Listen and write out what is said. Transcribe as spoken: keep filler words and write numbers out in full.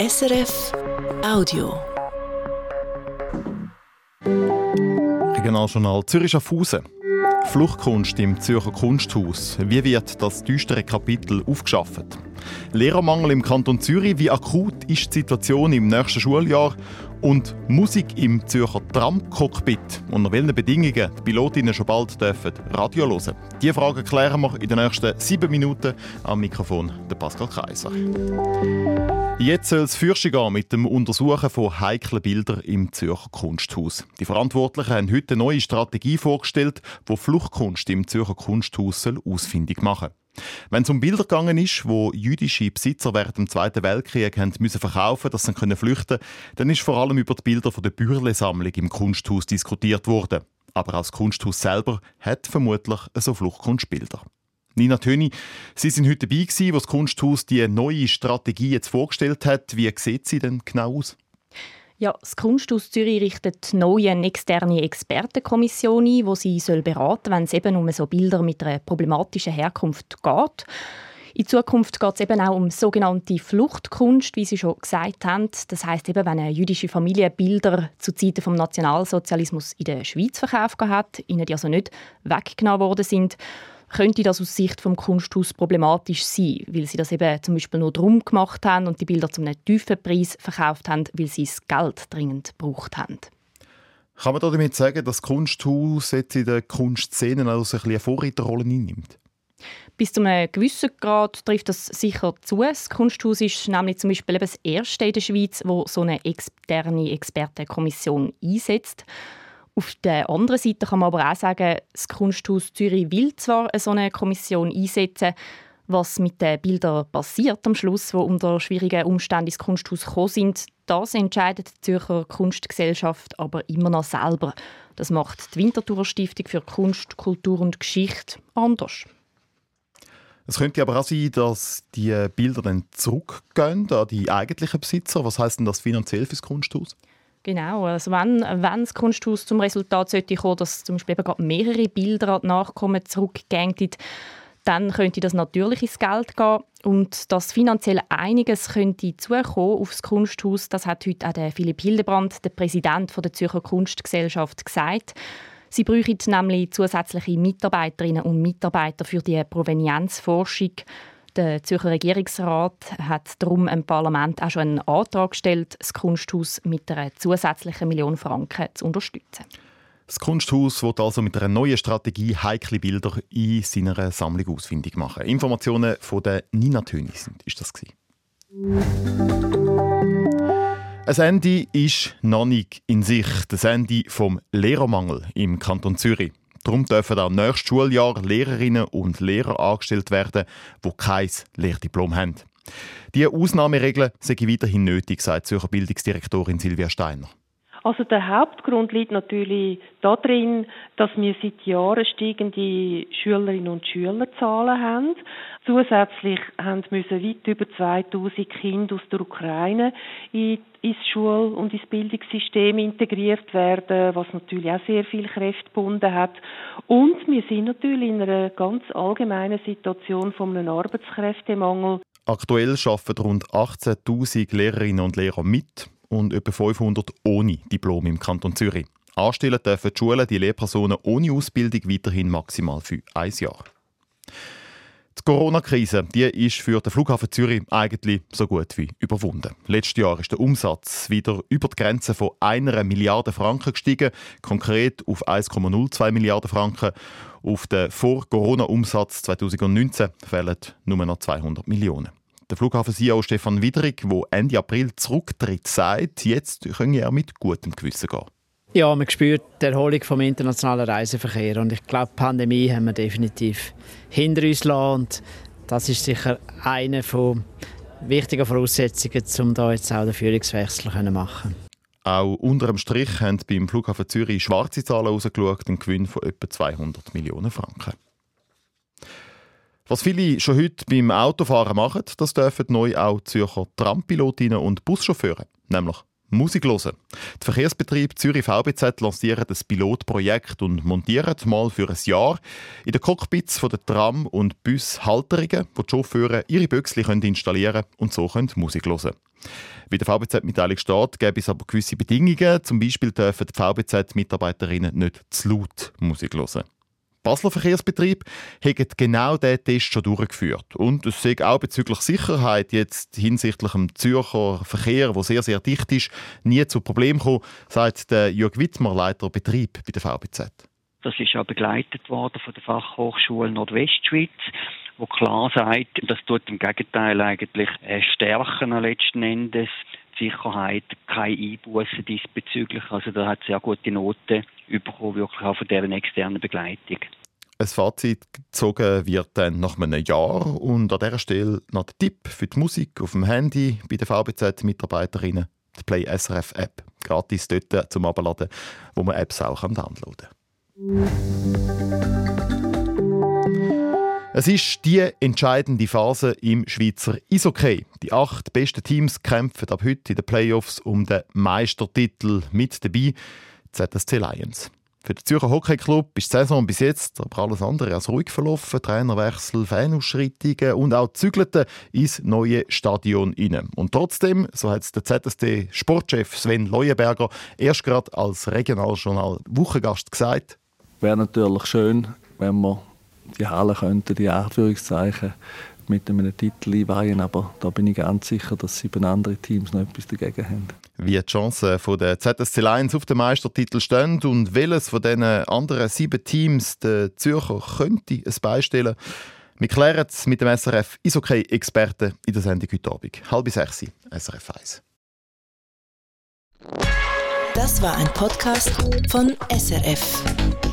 S R F Audio. Regionaljournal Zürich-Schaffhausen. Fluchtkunst im Zürcher Kunsthaus. Wie wird das düstere Kapitel aufgeschafft? Lehrermangel im Kanton Zürich. Wie akut ist die Situation im nächsten Schuljahr? Und Musik im Zürcher Tram-Cockpit. Unter welchen Bedingungen die Pilotinnen schon bald dürfen Radio hören? Diese Fragen klären wir in den nächsten sieben Minuten. Am Mikrofon der Pascal Kaiser. Jetzt soll es Fürste gehen mit dem Untersuchen von heiklen Bildern im Zürcher Kunsthaus. Die Verantwortlichen haben heute eine neue Strategie vorgestellt, die Fluchtkunst im Zürcher Kunsthaus soll ausfindig machen soll. Wenn es um Bilder gegangen ist, wo jüdische Besitzer während dem Zweiten Weltkrieg haben müssen verkaufen, dass sie flüchten können, dann ist vor allem über die Bilder von der Bürle-Sammlung im Kunsthaus diskutiert worden. Aber auch das Kunsthaus selber hat vermutlich so Fluchtkunstbilder. Nina Töni, Sie sind heute dabei gewesen, als das Kunsthaus die neue Strategie jetzt vorgestellt hat. Wie sieht sie denn genau aus? Ja, das Kunsthaus Zürich richtet neu eine externe Expertenkommission ein, die sie soll beraten soll, wenn es eben um so Bilder mit einer problematischen Herkunft geht. In Zukunft geht es eben auch um sogenannte Fluchtkunst, wie Sie schon gesagt haben. Das heisst eben, wenn eine jüdische Familie Bilder zu Zeiten des Nationalsozialismus in der Schweiz verkauft hat, ihnen die also nicht weggenommen worden sind, könnte das aus Sicht des Kunsthaus problematisch sein, weil sie das eben zum Beispiel nur darum gemacht haben und die Bilder zu einem tiefen Preis verkauft haben, weil sie das Geld dringend gebraucht haben. Kann man damit sagen, dass das Kunsthaus jetzt in der Kunstszene also ein eine Vorreiterrolle einnimmt? Bis zu einem gewissen Grad trifft das sicher zu. Das Kunsthaus ist nämlich zum Beispiel eben das erste in der Schweiz, das so eine externe Expertenkommission einsetzt. Auf der anderen Seite kann man aber auch sagen, das Kunsthaus Zürich will zwar so eine Kommission einsetzen, was mit den Bildern passiert am Schluss, die unter schwierigen Umständen ins Kunsthaus gekommen sind, das entscheidet die Zürcher Kunstgesellschaft aber immer noch selber. Das macht die Winterthurer Stiftung für Kunst, Kultur und Geschichte anders. Es könnte aber auch sein, dass die Bilder dann zurückgehen an die eigentlichen Besitzer. Was heisst denn das finanziell für das Kunsthaus? Genau, also wenn, wenn das Kunsthaus zum Resultat sollte kommen, dass zum Beispiel eben gerade mehrere Bilder an die Nachkommen zurückgehen, dann könnte das natürlich ins Geld gehen. Und dass finanziell einiges könnte zukommen auf das Kunsthaus, das hat heute auch der Philipp Hildebrand, der Präsident der Zürcher Kunstgesellschaft, gesagt. Sie bräuchten nämlich zusätzliche Mitarbeiterinnen und Mitarbeiter für die Provenienzforschung. Der Zürcher Regierungsrat hat darum im Parlament auch schon einen Antrag gestellt, das Kunsthaus mit einer zusätzlichen Million Franken zu unterstützen. Das Kunsthaus will also mit einer neuen Strategie heikle Bilder in seiner Sammlung ausfindig machen. Informationen von der Nina Töni sind ist das gewesen. Ein Ende ist noch nicht in Sicht. Das Ende vom Lehrermangel im Kanton Zürich. Darum dürfen auch nächstes Schuljahr Lehrerinnen und Lehrer angestellt werden, die kein Lehrdiplom haben. Diese Ausnahmeregeln sind weiterhin nötig, sagt Zürcher Bildungsdirektorin Silvia Steiner. Also der Hauptgrund liegt natürlich darin, dass wir seit Jahren steigende Schülerinnen und Schülerzahlen haben. Zusätzlich haben müssen weit über zweitausend Kinder aus der Ukraine in, ins Schul- und ins Bildungssystem integriert werden, was natürlich auch sehr viel Kräfte gebunden hat. Und wir sind natürlich in einer ganz allgemeinen Situation von einem Arbeitskräftemangel. Aktuell arbeiten rund achtzehntausend Lehrerinnen und Lehrer mit und etwa fünfhundert ohne Diplom im Kanton Zürich. Anstellen dürfen die Schulen die Lehrpersonen ohne Ausbildung weiterhin maximal für ein Jahr. Die Corona-Krise die ist für den Flughafen Zürich eigentlich so gut wie überwunden. Letztes Jahr ist der Umsatz wieder über die Grenze von einer Milliarde Franken gestiegen, konkret auf eins Komma null zwei Milliarden Franken. Auf den Vor-Corona-Umsatz zweitausendneunzehn fehlen nur noch zweihundert Millionen. Der Flughafen-C E O Stefan Widrig, der Ende April zurücktritt, sagt, jetzt könne er mit gutem Gewissen gehen. Ja, man spürt die Erholung vom internationalen Reiseverkehr und ich glaube, die Pandemie haben wir definitiv hinter uns gelassen und das ist sicher eine von wichtigen Voraussetzungen, um da jetzt auch den Führungswechsel zu machen. Auch unter dem Strich haben beim Flughafen Zürich schwarze Zahlen herausgeschaut, ein Gewinn von etwa zweihundert Millionen Franken. Was viele schon heute beim Autofahren machen, das dürfen neu auch Zürcher Trampilotinnen und Buschauffeure, nämlich Musik hören. Der Verkehrsbetrieb Zürich V B Z lanciert ein Pilotprojekt und montiert mal für ein Jahr in den Cockpits von der Tram- und Bus-Halterungen, wo die Chauffeure ihre Büchse installieren können und so können Musik hören. Wie der V B Z-Mitteilung steht, gäbe es aber gewisse Bedingungen. Zum Beispiel dürfen die V B Z-Mitarbeiterinnen nicht zu laut Musik hören. Basler Verkehrsbetrieb hat genau diesen Test schon durchgeführt. Und es sei auch bezüglich Sicherheit jetzt hinsichtlich dem Zürcher Verkehr, der sehr, sehr dicht ist, nie zu Problemen gekommen, sagt der Jörg Wittmer, Leiter Betrieb bei der V B Z. Das ist ja begleitet worden von der Fachhochschule Nordwestschweiz, wo klar sagt, das tut im Gegenteil eigentlich stärken letzten Endes. Sicherheit, keine Einbußen diesbezüglich. Also da hat es sehr gute Noten bekommen, wirklich auch von deren externen Begleitung. Ein Fazit gezogen wird dann nach einem Jahr und an dieser Stelle noch der Tipp für die Musik auf dem Handy bei den V B Z-Mitarbeiterinnen, die Play S R F App, gratis dort zum Abladen, wo man Apps auch downloaden kann. Es ist die entscheidende Phase im Schweizer Eishockey. Die acht besten Teams kämpfen ab heute in den Playoffs um den Meistertitel. Mit dabei die Z S C Lions. Für den Zürcher Hockey-Club ist die Saison bis jetzt aber alles andere als ruhig verlaufen. Trainerwechsel, Fanausschreitungen und auch Zügelte ins neue Stadion rein. Und trotzdem, so hat es der Z S C-Sportchef Sven Leuenberger erst gerade als Regionaljournal Wochengast gesagt. Wäre natürlich schön, wenn wir die Halle könnten, die Anführungszeichen, mit einem Titel einweihen, aber da bin ich ganz sicher, dass sieben andere Teams noch etwas dagegen haben. Wie die Chancen der Z S C Lions auf den Meistertitel stehen und welches von diesen anderen sieben Teams der Zürcher könnte es beistellen, wir klären es mit dem S R F Eishockey-Experten in der Sendung heute Abend. Halb sechs, S R F eins. Das war ein Podcast von S R F.